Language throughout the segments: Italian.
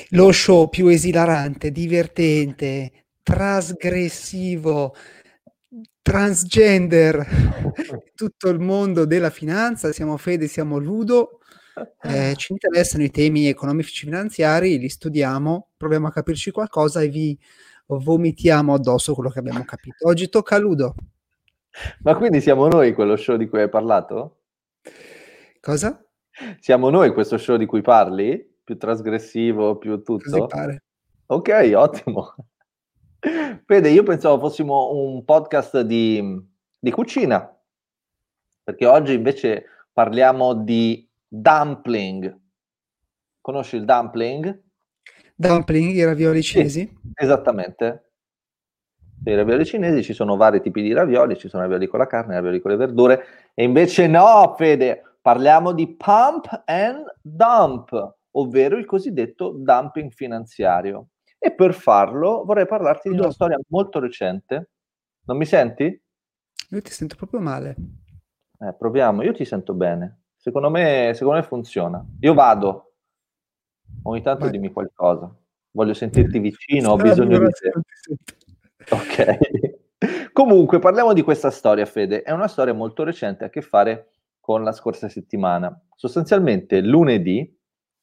Lo show più esilarante, divertente, trasgressivo, transgender, tutto il mondo della finanza. Siamo Fede, siamo Ludo, ci interessano i temi economici finanziari, li studiamo, proviamo a capirci qualcosa e vi vomitiamo addosso quello che abbiamo capito. Oggi tocca a Ludo. Ma quindi siamo noi quello show di cui hai parlato? Cosa? Siamo noi questo show di cui parli? Più trasgressivo, più Così tutto? pare. Ok, ottimo. Fede, io pensavo fossimo un podcast di cucina, perché oggi invece parliamo di dumpling. Conosci il dumpling? Dumpling, i ravioli Sì, cinesi? esattamente. Per i ravioli cinesi ci sono vari tipi di ravioli, ci sono ravioli con la carne, ravioli con le verdure, e invece no, Fede, parliamo di pump and dump, ovvero il cosiddetto dumping finanziario. E per farlo vorrei parlarti di una Ludo, storia molto recente. Non mi senti? io ti sento proprio male. Proviamo, io ti sento bene. Secondo me funziona. Io vado, ogni tanto Vai. dimmi qualcosa. Voglio sentirti vicino, ho bisogno Allora di se te. non ti sento. Ok. Comunque, parliamo di questa storia, Fede. È una storia molto recente, ha a che fare con la scorsa settimana. Sostanzialmente, lunedì,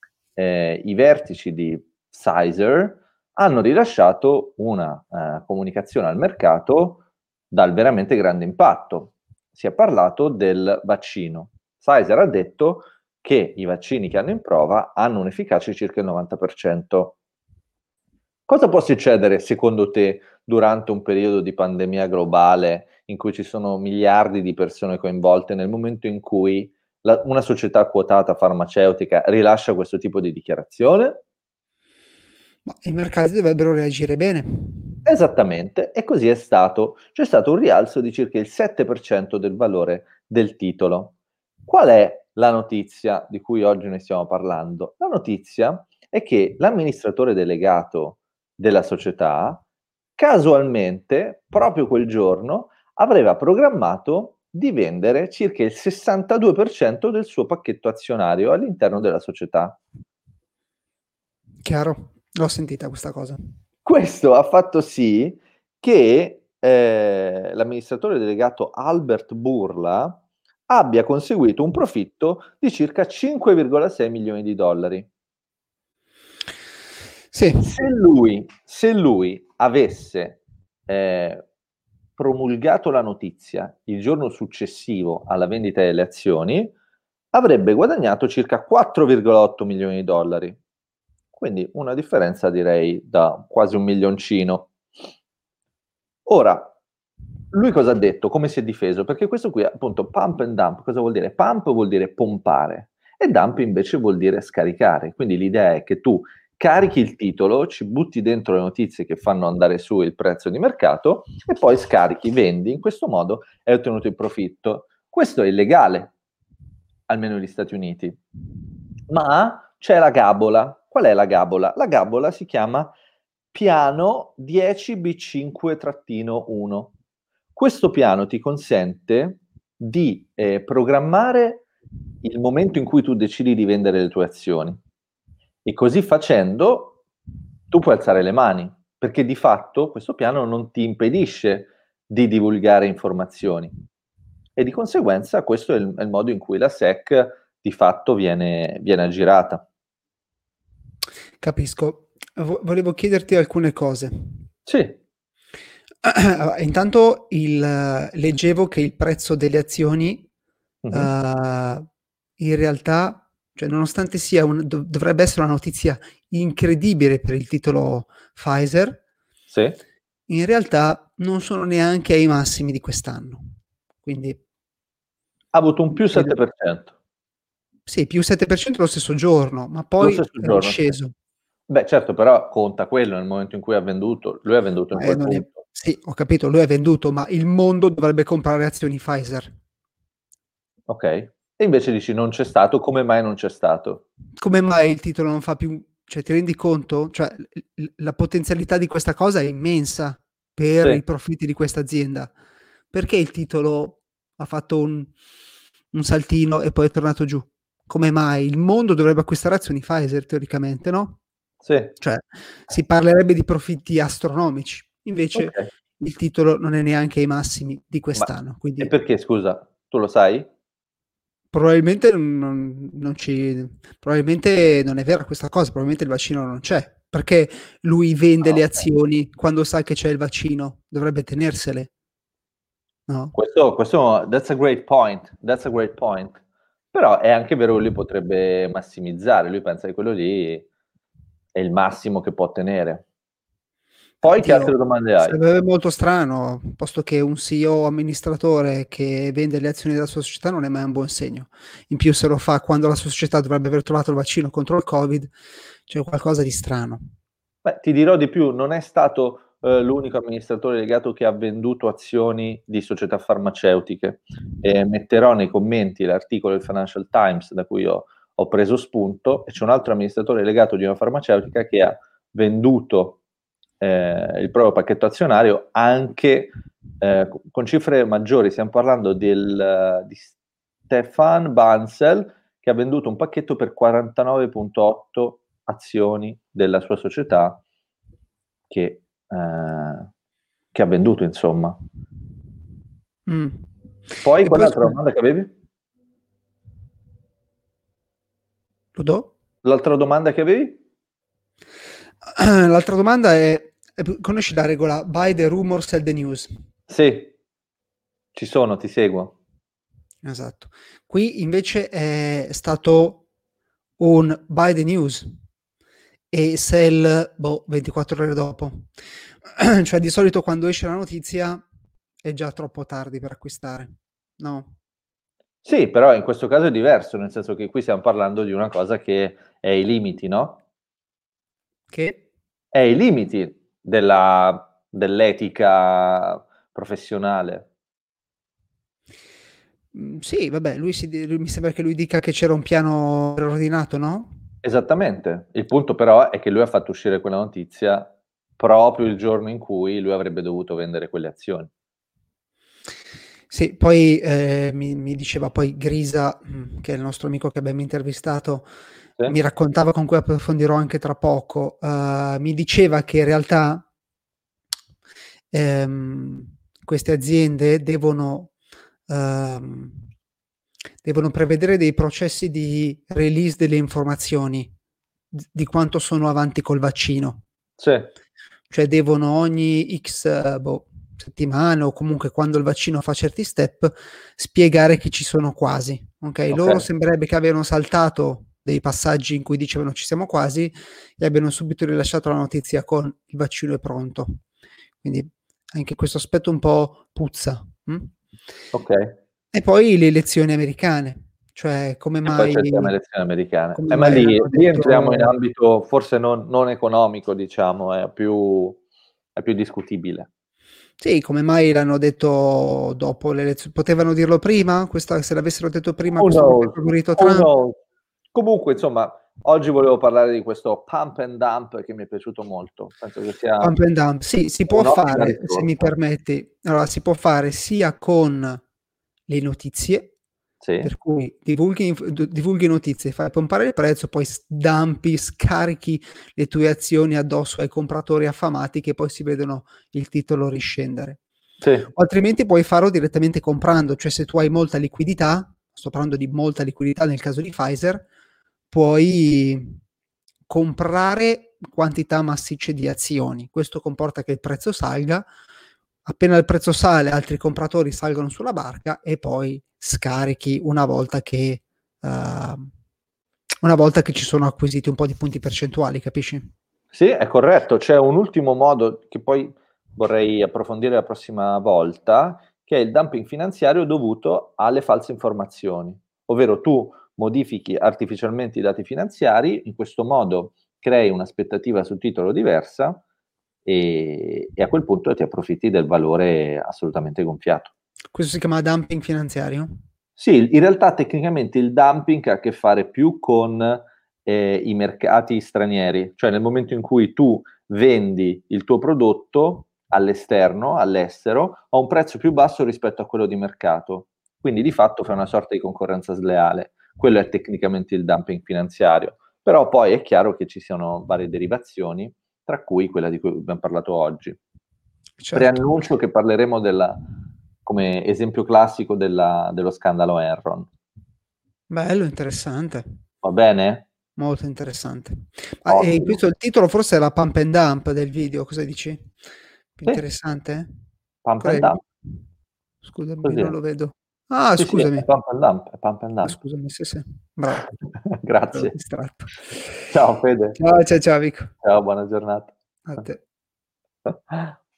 i vertici di Pfizer hanno rilasciato una comunicazione al mercato dal veramente grande impatto. Si è parlato del vaccino. Pfizer ha detto che i vaccini che hanno in prova hanno un'efficacia di circa il 90%. Cosa può succedere secondo te durante un periodo di pandemia globale in cui ci sono miliardi di persone coinvolte nel momento in cui una società quotata farmaceutica rilascia questo tipo di dichiarazione? Ma i mercati dovrebbero reagire bene. Esattamente, e così è stato. C'è stato un rialzo di circa il 7% del valore del titolo. Qual è la notizia di cui oggi ne stiamo parlando? La notizia è che l'amministratore delegato della società, casualmente, proprio quel giorno, aveva programmato di vendere circa il 62% del suo pacchetto azionario all'interno della società. Chiaro? L'ho sentita questa cosa. Questo ha fatto sì che l'amministratore delegato Albert Bourla abbia conseguito un profitto di circa 5,6 milioni di dollari. Sì, Se lui avesse promulgato la notizia il giorno successivo alla vendita delle azioni, avrebbe guadagnato circa 4,8 milioni di dollari. Quindi una differenza direi da quasi un milioncino. Ora, lui cosa ha detto? Come si è difeso? Perché questo qui, appunto, pump and dump, cosa vuol dire? Pump vuol dire pompare e dump invece vuol dire scaricare. Quindi l'idea è che tu carichi il titolo, ci butti dentro le notizie che fanno andare su il prezzo di mercato e poi scarichi, vendi. In questo modo hai ottenuto il profitto. Questo è illegale, almeno negli Stati Uniti. Ma c'è la gabola. Qual è la gabola? La gabola si chiama piano 10B5-1. Questo piano ti consente di programmare il momento in cui tu decidi di vendere le tue azioni e così facendo tu puoi alzare le mani, perché di fatto questo piano non ti impedisce di divulgare informazioni e di conseguenza questo è il modo in cui la SEC di fatto viene aggirata. capisco. Volevo chiederti alcune cose. Sì. Intanto leggevo che il prezzo delle azioni Mhm. in realtà, cioè nonostante sia dovrebbe essere una notizia incredibile per il titolo Pfizer, Sì. in realtà non sono neanche ai massimi di quest'anno. Quindi Ha avuto un più vedo- 7%. sì, più 7% lo stesso giorno, ma Lo poi stesso giorno, sì. sceso. Beh, certo, però conta quello nel momento in cui ha venduto. Lui ha venduto in Ma quel non è... punto. Sì, ho capito, lui è venduto, ma il mondo dovrebbe comprare azioni Pfizer. Ok. E invece dici non c'è stato, come mai non c'è stato? Come mai il titolo non fa più... Cioè, ti rendi conto? Cioè, la potenzialità di questa cosa è immensa per Sì. i profitti di questa azienda. Perché il titolo ha fatto un saltino e poi è tornato giù? Come mai? Il mondo dovrebbe acquistare azioni Pfizer, teoricamente, no? Sì. Cioè, si parlerebbe di profitti astronomici. Invece Okay. il titolo non è neanche ai massimi di Ma quest'anno, e quindi perché scusa? Tu lo sai? probabilmente probabilmente non è vera questa cosa, probabilmente il vaccino non c'è. Perché lui vende Ah, le okay. azioni quando sa che c'è il vaccino? Dovrebbe tenersele, no? Questo that's a great point, that's a great point. Però è anche vero che lui potrebbe massimizzare, lui pensa che quello lì è il massimo che può ottenere. Poi che Oddio, altre domande hai? sarebbe molto strano, posto che un CEO amministratore che vende le azioni della sua società non è mai un buon segno. In più se lo fa quando la sua società dovrebbe aver trovato il vaccino contro il Covid, c'è qualcosa di strano. Beh, ti dirò di più, non è stato, l'unico amministratore delegato che ha venduto azioni di società farmaceutiche. Metterò nei commenti l'articolo del Financial Times da cui ho preso spunto, e c'è un altro amministratore delegato di una farmaceutica che ha venduto il proprio pacchetto azionario anche con cifre maggiori. Stiamo parlando di Stefan Bancel, che ha venduto un pacchetto per 49,8 azioni della sua società che ha venduto, insomma. Mm. Poi E qual è poi l'altra domanda che avevi? lo do? L'altra domanda che avevi? L'altra domanda conosci la regola buy the rumor, sell the news? Sì, ci sono, ti seguo. Esatto. Qui invece è stato un buy the news e sell 24 ore dopo. Cioè di solito quando esce la notizia è già troppo tardi per acquistare, no? Sì, però in questo caso è diverso, nel senso che qui stiamo parlando di una cosa che è ai limiti, no? Che? È ai limiti dell'etica professionale. Sì, vabbè, mi sembra che lui dica che c'era un piano preordinato, no? Esattamente. Il punto però è che lui ha fatto uscire quella notizia proprio il giorno in cui lui avrebbe dovuto vendere quelle azioni. Sì, poi mi diceva poi Grisa, che è il nostro amico che abbiamo intervistato, Sì? mi raccontava, con cui approfondirò anche tra poco, mi diceva che in realtà queste aziende ehm, devono prevedere dei processi di release delle informazioni di quanto sono avanti col vaccino. Sì. Cioè devono ogni X settimane o comunque quando il vaccino fa certi step spiegare che ci sono quasi. Ok, loro Ok. sembrerebbe che abbiano saltato dei passaggi in cui dicevano ci siamo quasi e abbiano subito rilasciato la notizia con il vaccino è pronto. Quindi anche questo aspetto un po' puzza. Ok. E poi le elezioni americane, cioè E poi c'è il tema elezioni americane. come Ma mai lì, hanno lì entriamo in detto ambito forse non economico, diciamo, è più discutibile. sì, come mai l'hanno detto dopo le elezioni? Potevano dirlo prima? Se l'avessero detto prima, Who questo sarebbe knows? favorito Who Trump? knows? Comunque, insomma, oggi volevo parlare di questo pump and dump che mi è piaciuto molto. Penso che sia Pump and dump. Sì, si può un'ottima fare, se mi risorsa. permetti. Allora, si può fare sia con le notizie, Sì, per cui divulghi notizie, fai pompare il prezzo, poi dumpi, scarichi le tue azioni addosso ai compratori affamati che poi si vedono il titolo riscendere. sì, O altrimenti puoi farlo direttamente comprando, cioè se tu hai molta liquidità, sto parlando di molta liquidità nel caso di Pfizer, puoi comprare quantità massicce di azioni. Questo comporta che il prezzo salga. Appena il prezzo sale, altri compratori salgono sulla barca e poi scarichi una volta che ci sono acquisiti un po' di punti percentuali, capisci? sì, è corretto. C'è un ultimo modo che poi vorrei approfondire la prossima volta, che è il dumping finanziario dovuto alle false informazioni. Ovvero tu modifichi artificialmente i dati finanziari, in questo modo crei un'aspettativa sul titolo diversa e a quel punto ti approfitti del valore assolutamente gonfiato. Questo si chiama dumping finanziario? Sì, in realtà tecnicamente il dumping ha a che fare più con i mercati stranieri, cioè nel momento in cui tu vendi il tuo prodotto all'esterno, all'estero, a un prezzo più basso rispetto a quello di mercato. Quindi di fatto fai una sorta di concorrenza sleale. Quello è tecnicamente il dumping finanziario. Però poi è chiaro che ci sono varie derivazioni, tra cui quella di cui abbiamo parlato oggi. Certo. Preannuncio che parleremo come esempio classico dello scandalo Enron. Bello, interessante. Va bene? Molto interessante. E Ottimo. questo il titolo forse è la pump and dump del video, cosa dici? Più Sì, interessante? pump Qual è and dump. Scusami, Così non è. lo vedo. Ah, Sì, sì, scusami. è pump and dump, è pump and dump. Scusami, sì, sì. Bravo, ero Grazie. distratto. Ciao Fede. Ciao, ciao, ciao Vico. Ciao, buona giornata. A te.